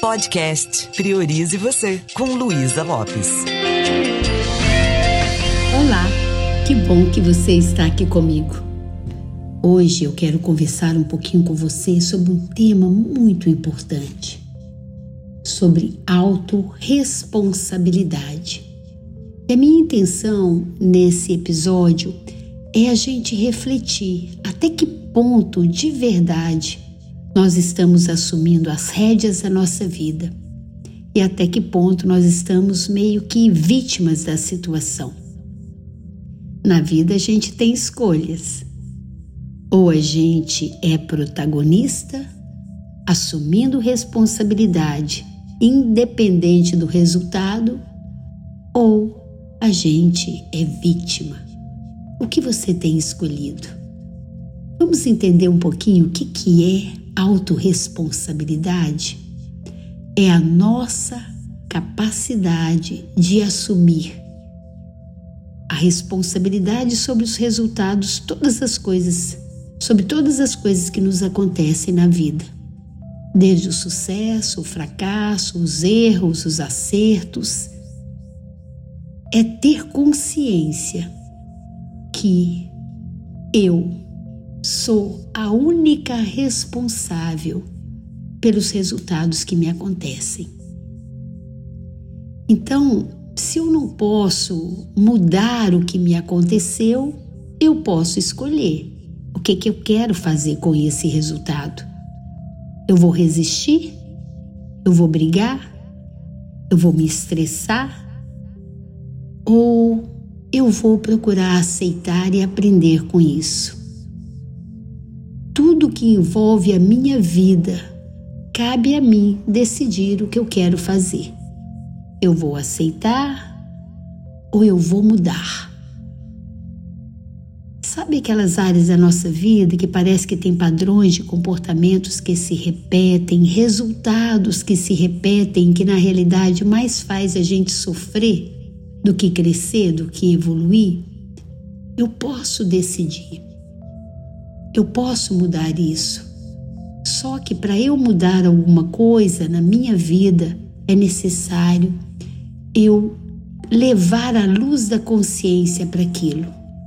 Podcast Priorize Você, com Luísa Lopes. Olá, que bom que você está aqui comigo. Hoje eu quero conversar um pouquinho com você sobre um tema muito importante, sobre autorresponsabilidade. E a minha intenção nesse episódio é a gente refletir até que ponto de verdade nós estamos assumindo as rédeas da nossa vida e até que ponto nós estamos meio que vítimas da situação. Na vida a gente tem escolhas. Ou a gente é protagonista, assumindo responsabilidade, independente do resultado, ou a gente é vítima. O que você tem escolhido? Vamos entender um pouquinho o que é autorresponsabilidade? É a nossa capacidade de assumir a responsabilidade sobre os resultados, sobre todas as coisas que nos acontecem na vida. Desde o sucesso, o fracasso, os erros, os acertos. É ter consciência que eu sou a única responsável pelos resultados que me acontecem. Então, se eu não posso mudar o que me aconteceu, eu posso escolher o que eu quero fazer com esse resultado. Eu vou resistir? Eu vou brigar? Eu vou me estressar? Ou eu vou procurar aceitar e aprender com isso? Tudo que envolve a minha vida, cabe a mim decidir o que eu quero fazer. Eu vou aceitar ou eu vou mudar? Sabe aquelas áreas da nossa vida que parece que tem padrões de comportamentos que se repetem, resultados que se repetem, que na realidade mais faz a gente sofrer do que crescer, do que evoluir? Eu posso decidir. Eu posso mudar isso. Só que para eu mudar alguma coisa na minha vida, é necessário eu levar a luz da consciência para aquilo.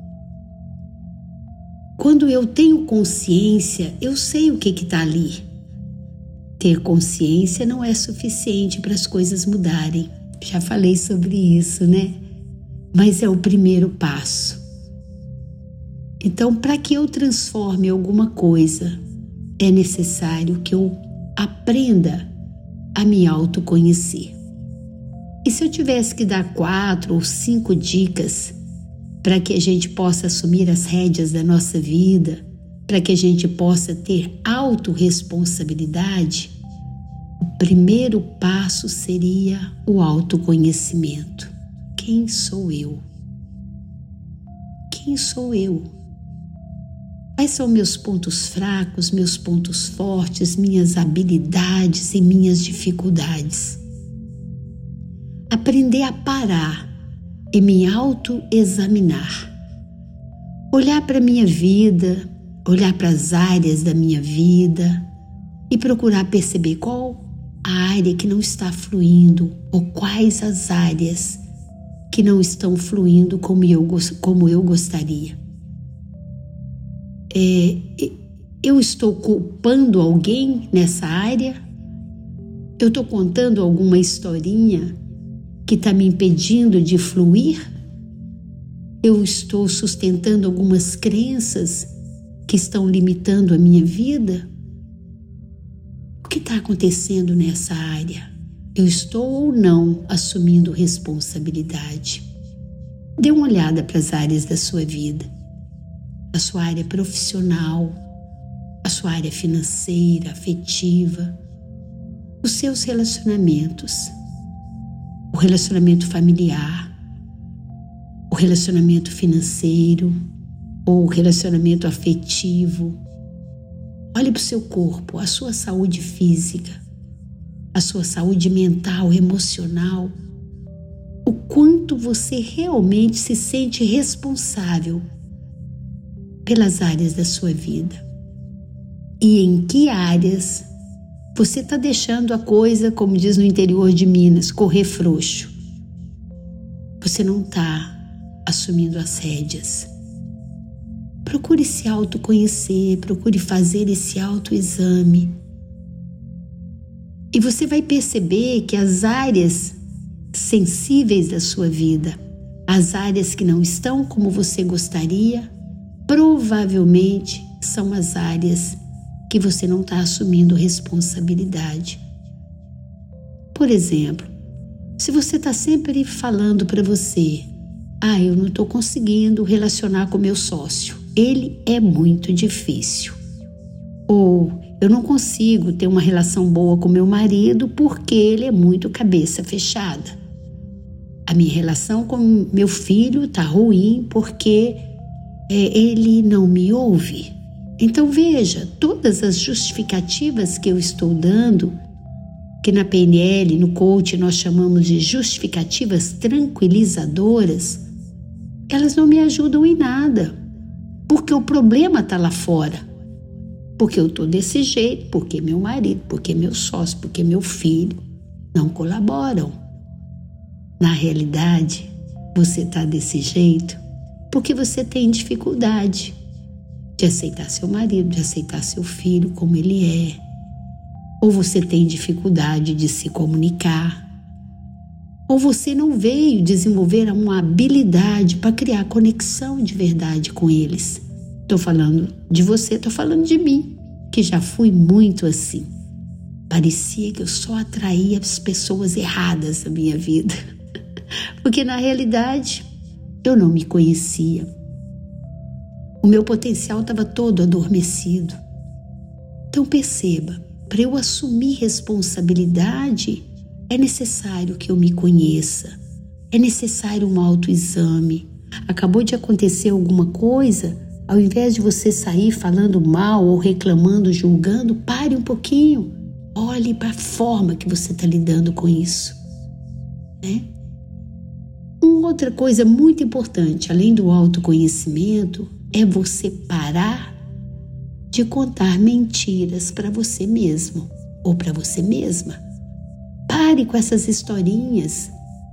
Quando eu tenho consciência, eu sei o que está ali. Ter consciência não é suficiente para as coisas mudarem. Já falei sobre isso, né? Mas é o primeiro passo. Então, para que eu transforme alguma coisa, é necessário que eu aprenda a me autoconhecer. E se eu tivesse que dar 4 ou 5 dicas para que a gente possa assumir as rédeas da nossa vida, para que a gente possa ter autorresponsabilidade, o primeiro passo seria o autoconhecimento. Quem sou eu? Quem sou eu? Quais são meus pontos fracos, meus pontos fortes, minhas habilidades e minhas dificuldades? Aprender a parar e me autoexaminar. Olhar para a minha vida, olhar para as áreas da minha vida e procurar perceber qual a área que não está fluindo ou quais as áreas que não estão fluindo como eu gostaria. Eu estou culpando alguém nessa área? Eu estou contando alguma historinha que está me impedindo de fluir? Eu estou sustentando algumas crenças que estão limitando a minha vida? O que está acontecendo nessa área? Eu estou ou não assumindo responsabilidade? Dê uma olhada para as áreas da sua vida. A sua área profissional, a sua área financeira, afetiva, os seus relacionamentos, o relacionamento familiar, o relacionamento financeiro ou o relacionamento afetivo. Olhe para o seu corpo, a sua saúde física, a sua saúde mental, emocional, o quanto você realmente se sente responsável pelas áreas da sua vida e em que áreas Você está deixando a coisa, como diz no interior de Minas, correr frouxo. Você não está assumindo as rédeas. Procure se autoconhecer, procure fazer esse autoexame. E você vai perceber que as áreas sensíveis da sua vida, as áreas que não estão como você gostaria, provavelmente são as áreas que você não está assumindo responsabilidade. Por exemplo, se você está sempre falando para você, eu não estou conseguindo relacionar com meu sócio, ele é muito difícil. Ou eu não consigo ter uma relação boa com meu marido porque ele é muito cabeça fechada. A minha relação com meu filho está ruim porque ele não me ouve. Então veja, todas as justificativas que eu estou dando, que na PNL, no coach nós chamamos de justificativas tranquilizadoras, elas não me ajudam em nada, porque o problema está lá fora. Porque eu estou desse jeito, porque meu marido, porque meu sócio, porque meu filho não colaboram. Na realidade, você está desse jeito porque você tem dificuldade de aceitar seu marido, de aceitar seu filho como ele é. Ou você tem dificuldade de se comunicar. Ou você não veio desenvolver uma habilidade para criar conexão de verdade com eles. Estou falando de você, estou falando de mim, que já fui muito assim. Parecia que eu só atraía as pessoas erradas na minha vida. Porque na realidade eu não me conhecia. O meu potencial estava todo adormecido. Então perceba, para eu assumir responsabilidade, é necessário que eu me conheça. É necessário um autoexame. Acabou de acontecer alguma coisa, ao invés de você sair falando mal ou reclamando, julgando, pare um pouquinho. Olhe para a forma que você está lidando com isso. Uma outra coisa muito importante, além do autoconhecimento, é você parar de contar mentiras para você mesmo ou para você mesma. Pare com essas historinhas.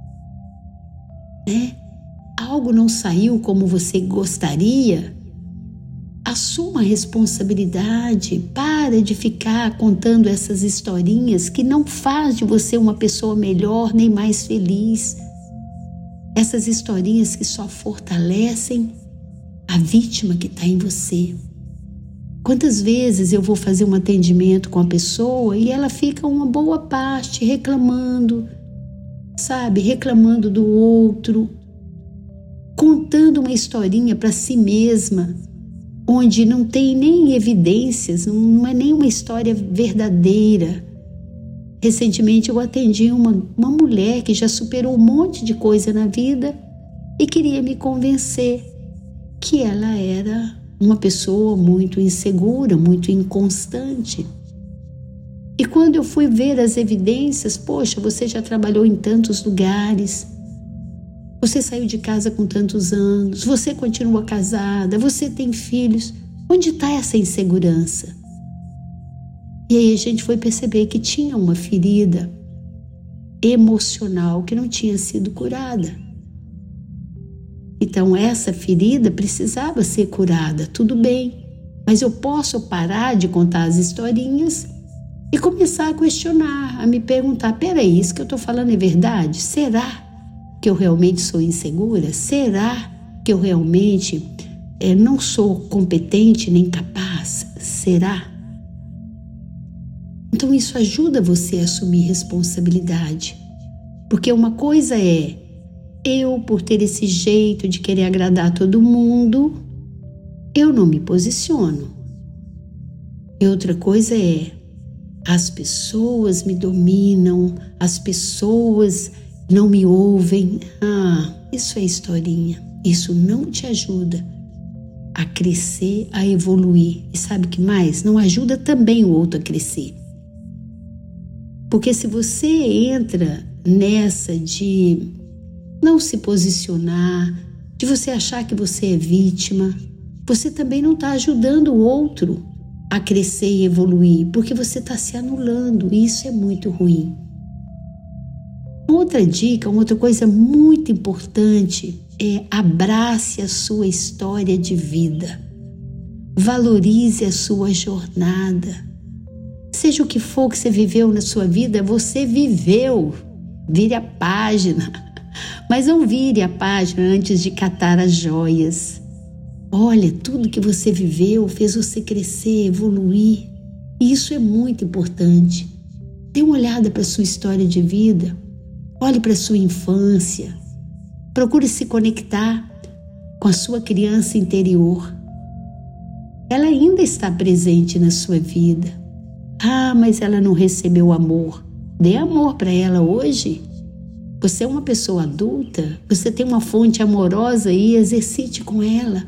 Algo não saiu como você gostaria? Assuma a responsabilidade. Para de ficar contando essas historinhas que não faz de você uma pessoa melhor nem mais feliz. Essas historinhas que só fortalecem a vítima que está em você. Quantas vezes eu vou fazer um atendimento com a pessoa e ela fica uma boa parte reclamando, reclamando do outro, contando uma historinha para si mesma, onde não tem nem evidências, não é nem uma história verdadeira. Recentemente eu atendi uma mulher que já superou um monte de coisa na vida e queria me convencer que ela era uma pessoa muito insegura, muito inconstante. E quando eu fui ver as evidências, poxa, você já trabalhou em tantos lugares, você saiu de casa com tantos anos, você continua casada, você tem filhos, onde está essa insegurança? E aí a gente foi perceber que tinha uma ferida emocional que não tinha sido curada. Então essa ferida precisava ser curada, tudo bem, mas eu posso parar de contar as historinhas e começar a questionar, a me perguntar, peraí, isso que eu estou falando é verdade? Será que eu realmente sou insegura? Será que eu realmente não sou competente nem capaz? Será? Então isso ajuda você a assumir responsabilidade, porque uma coisa é eu, por ter esse jeito de querer agradar todo mundo, eu não me posiciono. E outra coisa é, as pessoas me dominam, as pessoas não me ouvem. Isso é historinha. Isso não te ajuda a crescer, a evoluir. E sabe o que mais? Não ajuda também o outro a crescer. Porque se você entra nessa de não se posicionar, de você achar que você é vítima, você também não está ajudando o outro. a crescer e evoluir, porque você está se anulando, e isso é muito ruim. Outra dica, uma outra coisa muito importante é abrace a sua história de vida. Valorize a sua jornada. Seja o que for que você viveu na sua vida, você viveu. Vire a página. Mas não vire a página antes de catar as joias. Olha, tudo que você viveu fez você crescer, evoluir. E isso é muito importante. Dê uma olhada para a sua história de vida. Olhe para a sua infância. Procure se conectar com a sua criança interior. Ela ainda está presente na sua vida. Ah, mas ela não recebeu amor. Dê amor para ela hoje. Você é uma pessoa adulta, você tem uma fonte amorosa e exercite com ela.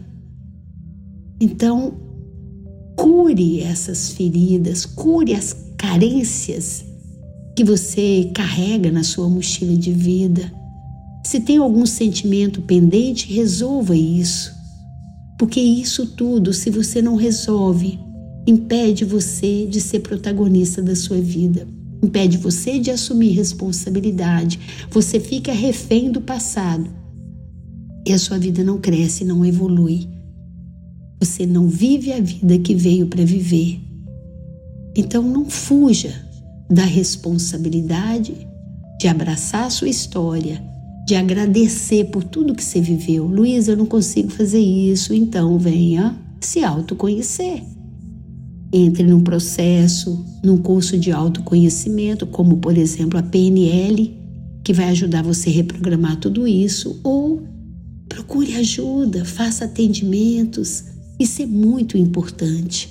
Então, cure essas feridas, cure as carências que você carrega na sua mochila de vida. Se tem algum sentimento pendente, resolva isso. Porque isso tudo, se você não resolve, impede você de ser protagonista da sua vida. Impede você de assumir responsabilidade. Você fica refém do passado. E a sua vida não cresce, não evolui. Você não vive a vida que veio para viver. Então não fuja da responsabilidade de abraçar a sua história, de agradecer por tudo que você viveu. Luísa, eu não consigo fazer isso, então venha se autoconhecer. Entre num processo, num curso de autoconhecimento, como por exemplo a PNL, que vai ajudar você a reprogramar tudo isso, ou procure ajuda, faça atendimentos. Isso é muito importante,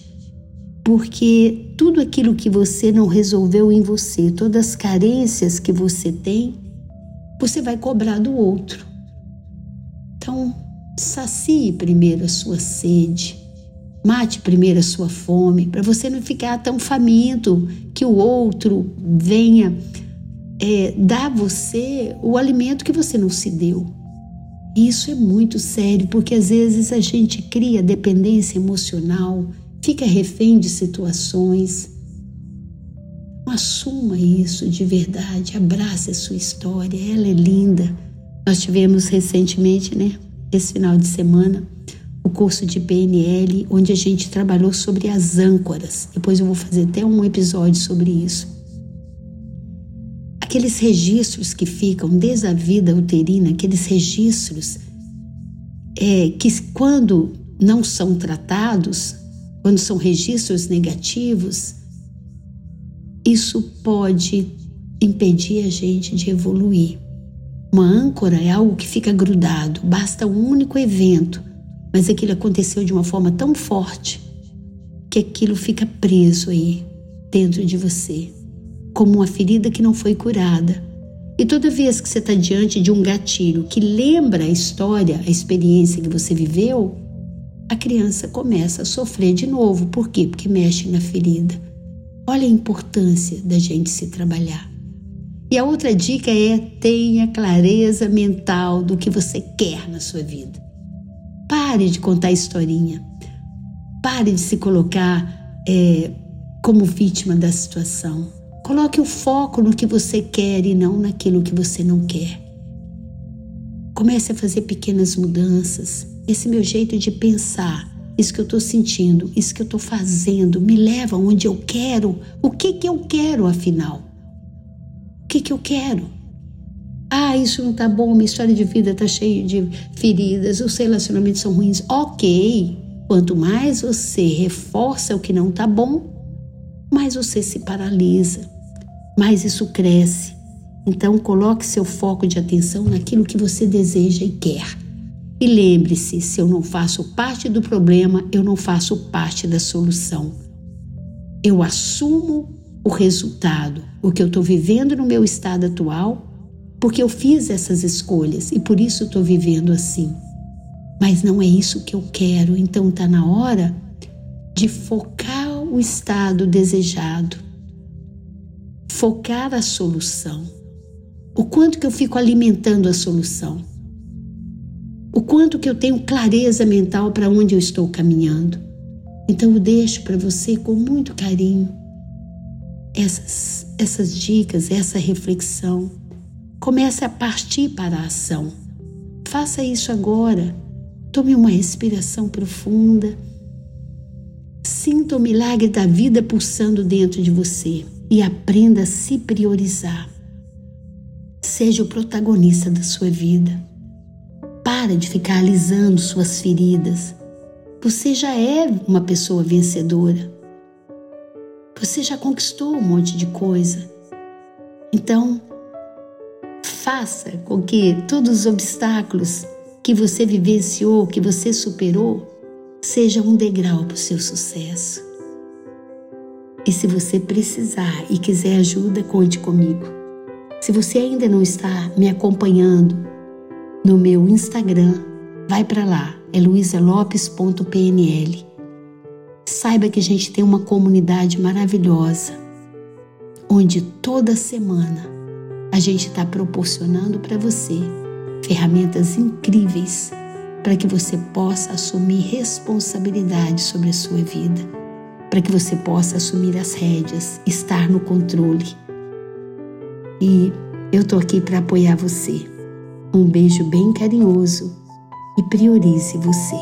porque tudo aquilo que você não resolveu em você, todas as carências que você tem, você vai cobrar do outro. Então, sacie primeiro a sua sede, mate primeiro a sua fome, para você não ficar tão faminto que o outro venha dar a você o alimento que você não se deu. Isso é muito sério, porque às vezes a gente cria dependência emocional, fica refém de situações. Assuma isso de verdade, abrace a sua história, ela é linda. Nós tivemos recentemente, esse final de semana, o curso de PNL, onde a gente trabalhou sobre as âncoras. Depois eu vou fazer até um episódio sobre isso. Aqueles registros que ficam desde a vida uterina, aqueles registros que quando não são tratados, quando são registros negativos, isso pode impedir a gente de evoluir. Uma âncora é algo que fica grudado, basta um único evento, mas aquilo aconteceu de uma forma tão forte que aquilo fica preso aí dentro de você, como uma ferida que não foi curada. E toda vez que você está diante de um gatilho que lembra a história, a experiência que você viveu, a criança começa a sofrer de novo. Por quê? Porque mexe na ferida. Olha a importância da gente se trabalhar. E a outra dica é: tenha clareza mental do que você quer na sua vida. Pare de contar historinha. Pare de se colocar como vítima da situação. Coloque o foco no que você quer e não naquilo que você não quer. Comece a fazer pequenas mudanças. Esse meu jeito de pensar, isso que eu estou sentindo, isso que eu estou fazendo, me leva onde eu quero. O que eu quero, afinal? O que eu quero? Ah, isso não está bom, minha história de vida está cheia de feridas, os relacionamentos são ruins. Ok, quanto mais você reforça o que não está bom, mais você se paralisa, mais isso cresce. Então, coloque seu foco de atenção naquilo que você deseja e quer. E lembre-se, se eu não faço parte do problema, eu não faço parte da solução. Eu assumo o resultado, o que eu estou vivendo no meu estado atual, porque eu fiz essas escolhas e por isso estou vivendo assim. Mas não é isso que eu quero, então está na hora de focar o estado desejado, focar a solução. O quanto que eu fico alimentando a solução, o quanto que eu tenho clareza mental para onde eu estou caminhando. Então eu deixo para você com muito carinho essas dicas, essa reflexão. Comece a partir para a ação. Faça isso agora. Tome uma respiração profunda. Sinta o milagre da vida pulsando dentro de você e aprenda a se priorizar. Seja o protagonista da sua vida. Para de ficar alisando suas feridas. Você já é uma pessoa vencedora. Você já conquistou um monte de coisa. Então, faça com que todos os obstáculos que você vivenciou, que você superou, seja um degrau para o seu sucesso. E se você precisar e quiser ajuda, conte comigo. Se você ainda não está me acompanhando no meu Instagram, vai para lá, é luisalopes.pnl. Saiba que a gente tem uma comunidade maravilhosa, onde toda semana a gente está proporcionando para você ferramentas incríveis para que você possa assumir responsabilidade sobre a sua vida, para que você possa assumir as rédeas, estar no controle. E eu tô aqui para apoiar você. Um beijo bem carinhoso e priorize você.